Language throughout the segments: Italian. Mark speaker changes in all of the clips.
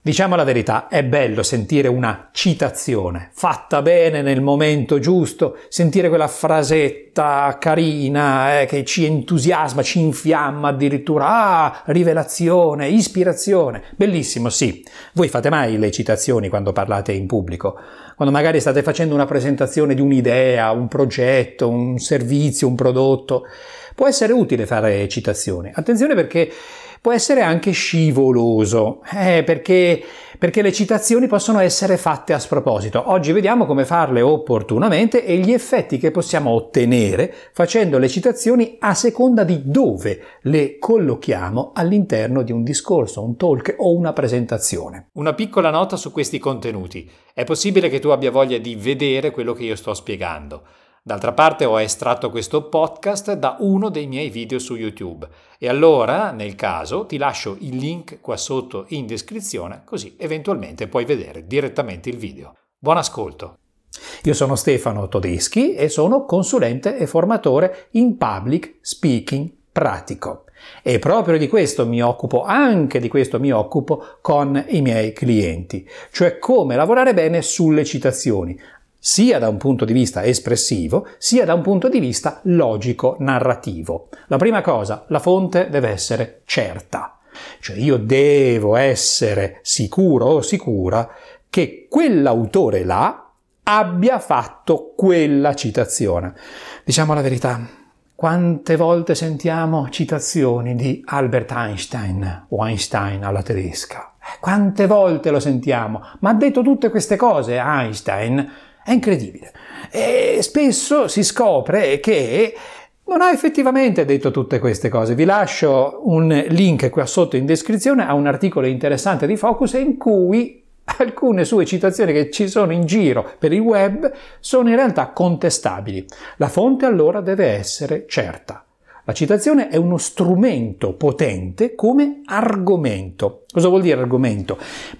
Speaker 1: Diciamo la verità, è bello sentire una citazione fatta bene nel momento giusto, sentire quella frasetta carina che ci entusiasma, ci infiamma addirittura. Rivelazione, ispirazione. Bellissimo, sì. Voi fate mai le citazioni quando parlate in pubblico? Quando magari state facendo una presentazione di un'idea, un progetto, un servizio, un prodotto. Può essere utile fare citazioni. Attenzione perché può essere anche scivoloso, perché le citazioni possono essere fatte a sproposito. Oggi vediamo come farle opportunamente e gli effetti che possiamo ottenere facendo le citazioni a seconda di dove le collochiamo all'interno di un discorso, un talk o una presentazione. Una piccola nota su questi contenuti. È possibile che tu abbia voglia di vedere quello che io sto spiegando. D'altra parte ho estratto questo podcast da uno dei miei video su YouTube e allora, nel caso, ti lascio il link qua sotto in descrizione, così eventualmente puoi vedere direttamente il video. Buon ascolto! Io sono Stefano Todeschi e sono consulente e formatore in Public Speaking pratico. E proprio di questo mi occupo, anche di questo mi occupo con i miei clienti, cioè come lavorare bene sulle citazioni, sia da un punto di vista espressivo, sia da un punto di vista logico-narrativo. La prima cosa, la fonte deve essere certa. Cioè io devo essere sicuro o sicura che quell'autore là abbia fatto quella citazione. Diciamo la verità, quante volte sentiamo citazioni di Albert Einstein o Einstein alla tedesca? Quante volte lo sentiamo? Ma ha detto tutte queste cose Einstein? È incredibile. E spesso si scopre che non ha effettivamente detto tutte queste cose. Vi lascio un link qua sotto in descrizione a un articolo interessante di Focus in cui alcune sue citazioni che ci sono in giro per il web sono in realtà contestabili. La fonte allora deve essere certa. La citazione è uno strumento potente come argomento. Cosa vuol dire argomento?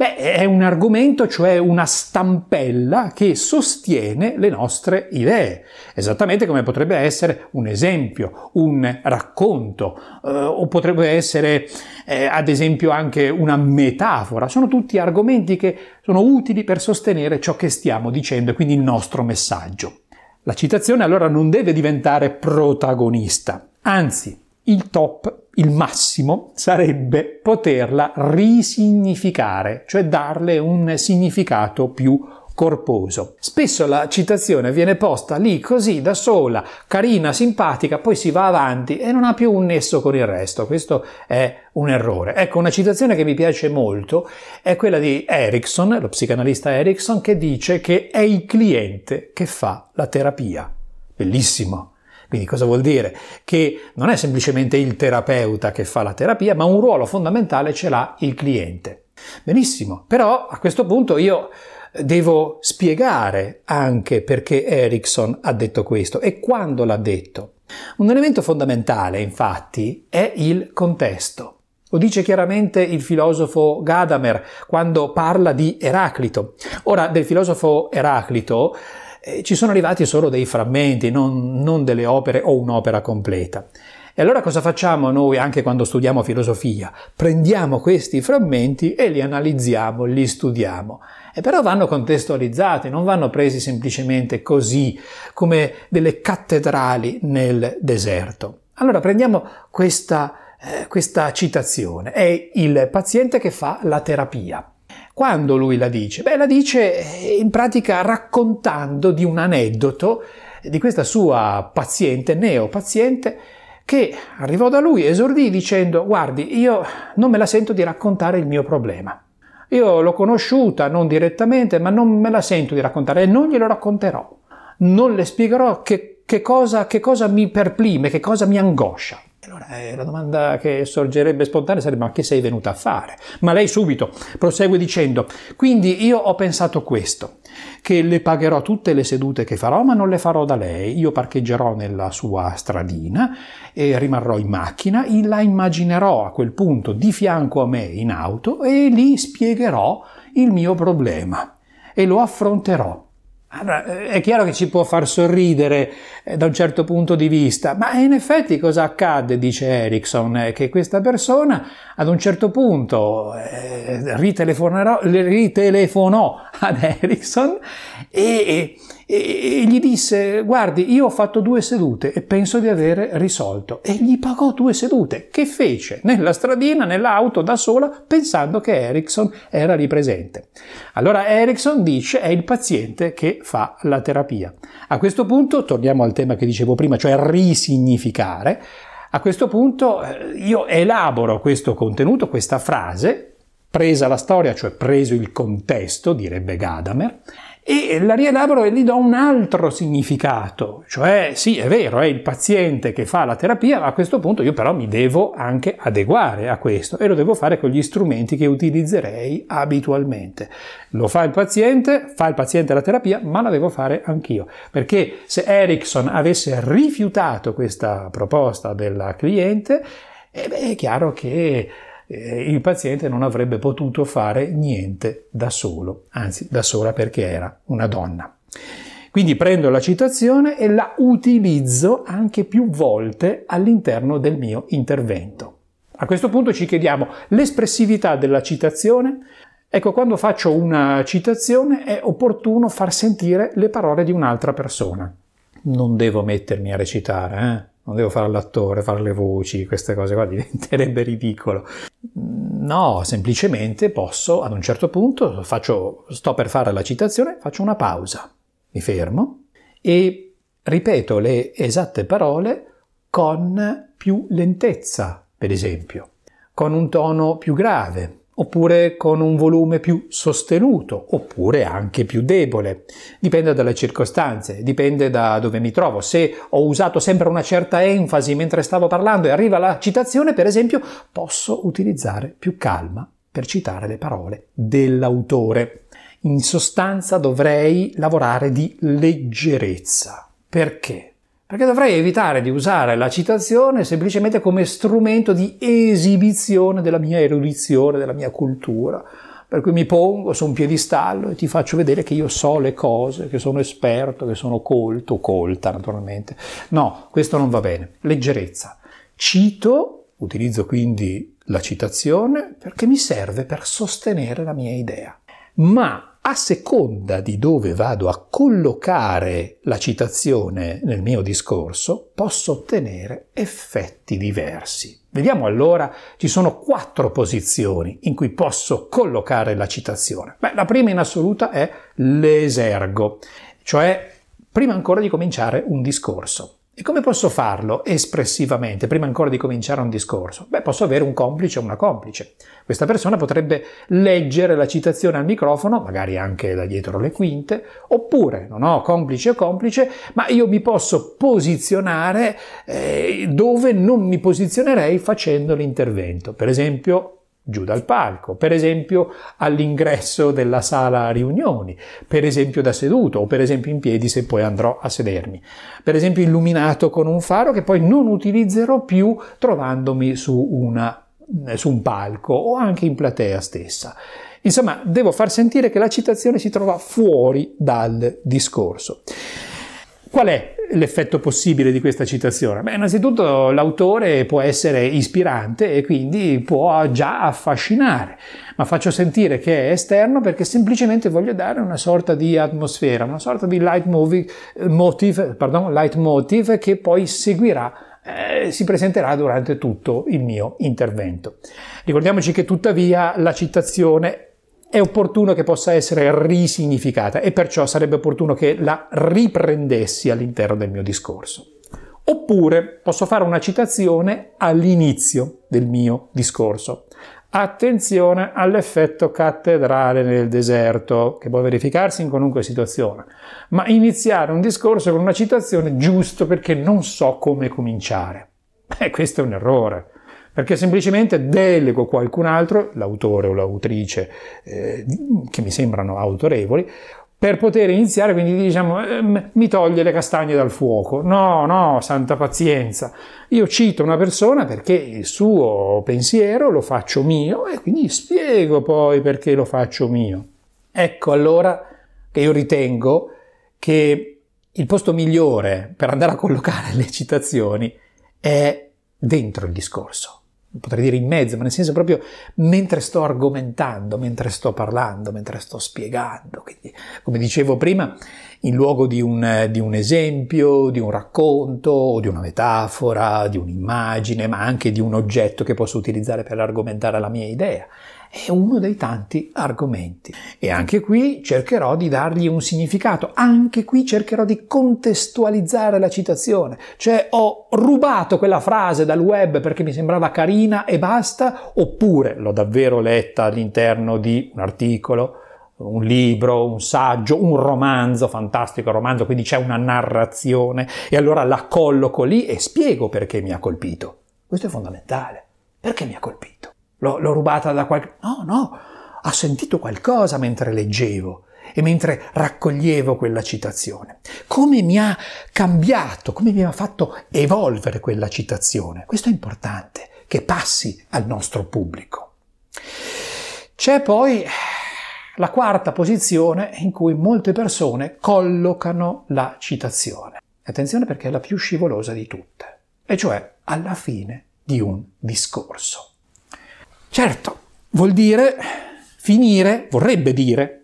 Speaker 1: È un argomento, cioè una stampella che sostiene le nostre idee, esattamente come potrebbe essere un esempio, un racconto, o potrebbe essere ad esempio anche una metafora. Sono tutti argomenti che sono utili per sostenere ciò che stiamo dicendo e quindi il nostro messaggio. La citazione allora non deve diventare protagonista. Anzi, il top, il massimo, sarebbe poterla risignificare, cioè darle un significato più corposo. Spesso la citazione viene posta lì così da sola, carina, simpatica, poi si va avanti e non ha più un nesso con il resto. Questo è un errore. Ecco, una citazione che mi piace molto è quella di Erickson, lo psicanalista Erickson, che dice che è il cliente che fa la terapia. Bellissimo! Quindi cosa vuol dire? Che non è semplicemente il terapeuta che fa la terapia, ma un ruolo fondamentale ce l'ha il cliente. Benissimo, però a questo punto io devo spiegare anche perché Erickson ha detto questo e quando l'ha detto. Un elemento fondamentale, infatti, è il contesto. Lo dice chiaramente il filosofo Gadamer quando parla di Eraclito. Ora, del filosofo Eraclito ci sono arrivati solo dei frammenti, non delle opere o un'opera completa. E allora cosa facciamo noi anche quando studiamo filosofia? Prendiamo questi frammenti e li analizziamo, li studiamo. E però vanno contestualizzati, non vanno presi semplicemente così, come delle cattedrali nel deserto. Allora prendiamo questa citazione. È il paziente che fa la terapia. Quando lui la dice? La dice in pratica raccontando di un aneddoto di questa sua paziente, neopaziente, che arrivò da lui, esordì dicendo: guardi, io non me la sento di raccontare il mio problema. Io l'ho conosciuta, non direttamente, ma non me la sento di raccontare e non glielo racconterò. Non le spiegherò che cosa mi perplime, che cosa mi angoscia. Allora la domanda che sorgerebbe spontanea sarebbe: ma che sei venuta a fare? Ma lei subito prosegue dicendo: quindi io ho pensato questo, che le pagherò tutte le sedute che farò, ma non le farò da lei. Io parcheggerò nella sua stradina e rimarrò in macchina, la immaginerò a quel punto di fianco a me in auto e lì spiegherò il mio problema e lo affronterò. Allora, è chiaro che ci può far sorridere da un certo punto di vista, ma in effetti cosa accadde, dice Ericsson, che questa persona ad un certo punto ritelefonò ad Ericsson e gli disse: guardi, io ho fatto 2 sedute e penso di aver risolto, e gli pagò 2 sedute che fece nella stradina, nell'auto da sola, pensando che Ericsson era lì presente. Allora Ericsson dice: è il paziente che fa la terapia. A questo punto torniamo al tema che dicevo prima, cioè risignificare. A questo punto io elaboro questo contenuto, questa frase, presa la storia, cioè preso il contesto, direbbe Gadamer, e la rielaboro e gli do un altro significato, cioè sì, è vero, è il paziente che fa la terapia, ma a questo punto io però mi devo anche adeguare a questo e lo devo fare con gli strumenti che utilizzerei abitualmente. Lo fa il paziente la terapia, ma la devo fare anch'io, perché se Ericsson avesse rifiutato questa proposta della cliente, è chiaro che il paziente non avrebbe potuto fare niente da solo, anzi da sola perché era una donna. Quindi prendo la citazione e la utilizzo anche più volte all'interno del mio intervento. A questo punto ci chiediamo l'espressività della citazione. Ecco, quando faccio una citazione è opportuno far sentire le parole di un'altra persona. Non devo mettermi a recitare, Non devo fare l'attore, fare le voci, queste cose qua diventerebbe ridicolo. No, semplicemente posso, ad un certo punto, sto per fare la citazione, faccio una pausa, mi fermo e ripeto le esatte parole con più lentezza, per esempio, con un tono più grave, oppure con un volume più sostenuto, oppure anche più debole. Dipende dalle circostanze, dipende da dove mi trovo. Se ho usato sempre una certa enfasi mentre stavo parlando e arriva la citazione, per esempio, posso utilizzare più calma per citare le parole dell'autore. In sostanza dovrei lavorare di leggerezza. Perché? Perché dovrei evitare di usare la citazione semplicemente come strumento di esibizione della mia erudizione, della mia cultura. Per cui mi pongo su un piedistallo e ti faccio vedere che io so le cose, che sono esperto, che sono colto, colta naturalmente. No, questo non va bene. Leggerezza. Utilizzo quindi la citazione perché mi serve per sostenere la mia idea. Ma a seconda di dove vado a collocare la citazione nel mio discorso, posso ottenere effetti diversi. Vediamo allora, ci sono 4 posizioni in cui posso collocare la citazione. La prima in assoluta è l'esergo, cioè prima ancora di cominciare un discorso. E come posso farlo espressivamente, prima ancora di cominciare un discorso? Posso avere un complice o una complice. Questa persona potrebbe leggere la citazione al microfono, magari anche da dietro le quinte, oppure non ho complice o complice, ma io mi posso posizionare dove non mi posizionerei facendo l'intervento. Per esempio, giù dal palco, per esempio all'ingresso della sala riunioni, per esempio da seduto o per esempio in piedi se poi andrò a sedermi, per esempio illuminato con un faro che poi non utilizzerò più trovandomi su un palco o anche in platea stessa. Insomma, devo far sentire che la citazione si trova fuori dal discorso. Qual è l'effetto possibile di questa citazione? Innanzitutto l'autore può essere ispirante e quindi può già affascinare, ma faccio sentire che è esterno perché semplicemente voglio dare una sorta di atmosfera, una sorta di leitmotiv che poi seguirà, si presenterà durante tutto il mio intervento. Ricordiamoci che tuttavia la citazione è opportuno che possa essere risignificata e perciò sarebbe opportuno che la riprendessi all'interno del mio discorso. Oppure posso fare una citazione all'inizio del mio discorso. Attenzione all'effetto cattedrale nel deserto, che può verificarsi in qualunque situazione, ma iniziare un discorso con una citazione giusto perché non so come cominciare. Questo è un errore. Perché semplicemente delego qualcun altro, l'autore o l'autrice, che mi sembrano autorevoli, per poter iniziare, quindi mi toglie le castagne dal fuoco. No, santa pazienza. Io cito una persona perché il suo pensiero lo faccio mio e quindi spiego poi perché lo faccio mio. Ecco allora che io ritengo che il posto migliore per andare a collocare le citazioni è dentro il discorso. Potrei dire in mezzo, ma nel senso proprio mentre sto argomentando, mentre sto parlando, mentre sto spiegando. Quindi, come dicevo prima, in luogo di un esempio, di un racconto, di una metafora, di un'immagine, ma anche di un oggetto che posso utilizzare per argomentare la mia idea. È uno dei tanti argomenti. E anche qui cercherò di dargli un significato, anche qui cercherò di contestualizzare la citazione. Cioè ho rubato quella frase dal web perché mi sembrava carina e basta, oppure l'ho davvero letta all'interno di un articolo, un libro, un saggio, un romanzo, fantastico romanzo, quindi c'è una narrazione e allora la colloco lì e spiego perché mi ha colpito. Questo è fondamentale. Perché mi ha colpito? L'ho rubata da qualche... No, ha sentito qualcosa mentre leggevo e mentre raccoglievo quella citazione. Come mi ha cambiato, come mi ha fatto evolvere quella citazione. Questo è importante, che passi al nostro pubblico. C'è poi la quarta posizione in cui molte persone collocano la citazione. Attenzione perché è la più scivolosa di tutte, e cioè alla fine di un discorso. Certo, vuol dire finire, vorrebbe dire,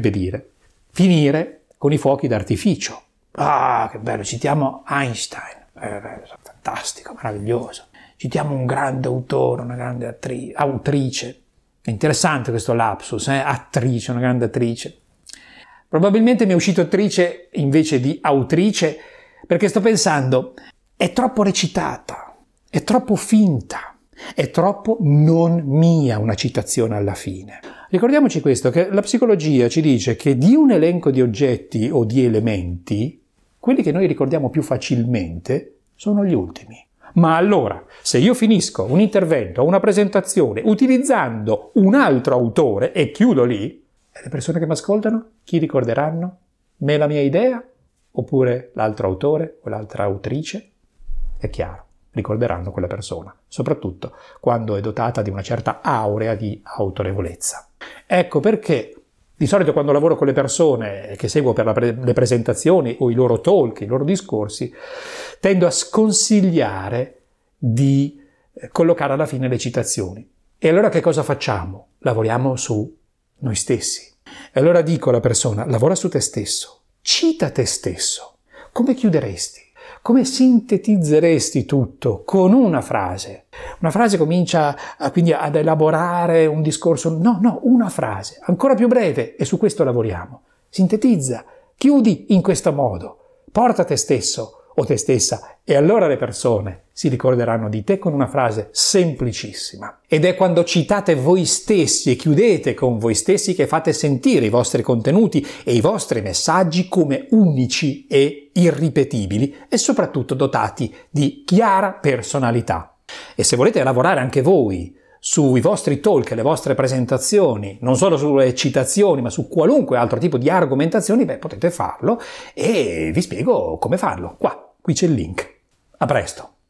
Speaker 1: finire con i fuochi d'artificio. Ah, che bello, citiamo Einstein, fantastico, meraviglioso. Citiamo un grande autore, una grande autrice. È interessante questo lapsus, attrice, una grande attrice. Probabilmente mi è uscito attrice invece di autrice, perché sto pensando, è troppo recitata, è troppo finta. È troppo non mia una citazione alla fine. Ricordiamoci questo, che la psicologia ci dice che di un elenco di oggetti o di elementi, quelli che noi ricordiamo più facilmente sono gli ultimi. Ma allora, se io finisco un intervento o una presentazione utilizzando un altro autore e chiudo lì, le persone che mi ascoltano, chi ricorderanno? Me la mia idea? Oppure l'altro autore o l'altra autrice? È chiaro. Ricorderanno quella persona, soprattutto quando è dotata di una certa aurea di autorevolezza. Ecco perché di solito quando lavoro con le persone che seguo per le presentazioni o i loro talk, i loro discorsi, tendo a sconsigliare di collocare alla fine le citazioni. E allora che cosa facciamo? Lavoriamo su noi stessi. E allora dico alla persona, lavora su te stesso, cita te stesso. Come chiuderesti? Come sintetizzeresti tutto con una frase? Una frase comincia quindi ad elaborare un discorso. No, una frase, ancora più breve, e su questo lavoriamo. Sintetizza, chiudi in questo modo, porta te stesso o te stessa, e allora le persone si ricorderanno di te con una frase semplicissima. Ed è quando citate voi stessi e chiudete con voi stessi che fate sentire i vostri contenuti e i vostri messaggi come unici e irripetibili e soprattutto dotati di chiara personalità. E se volete lavorare anche voi sui vostri talk, le vostre presentazioni, non solo sulle citazioni, ma su qualunque altro tipo di argomentazioni, potete farlo e vi spiego come farlo. Qui c'è il link. A presto!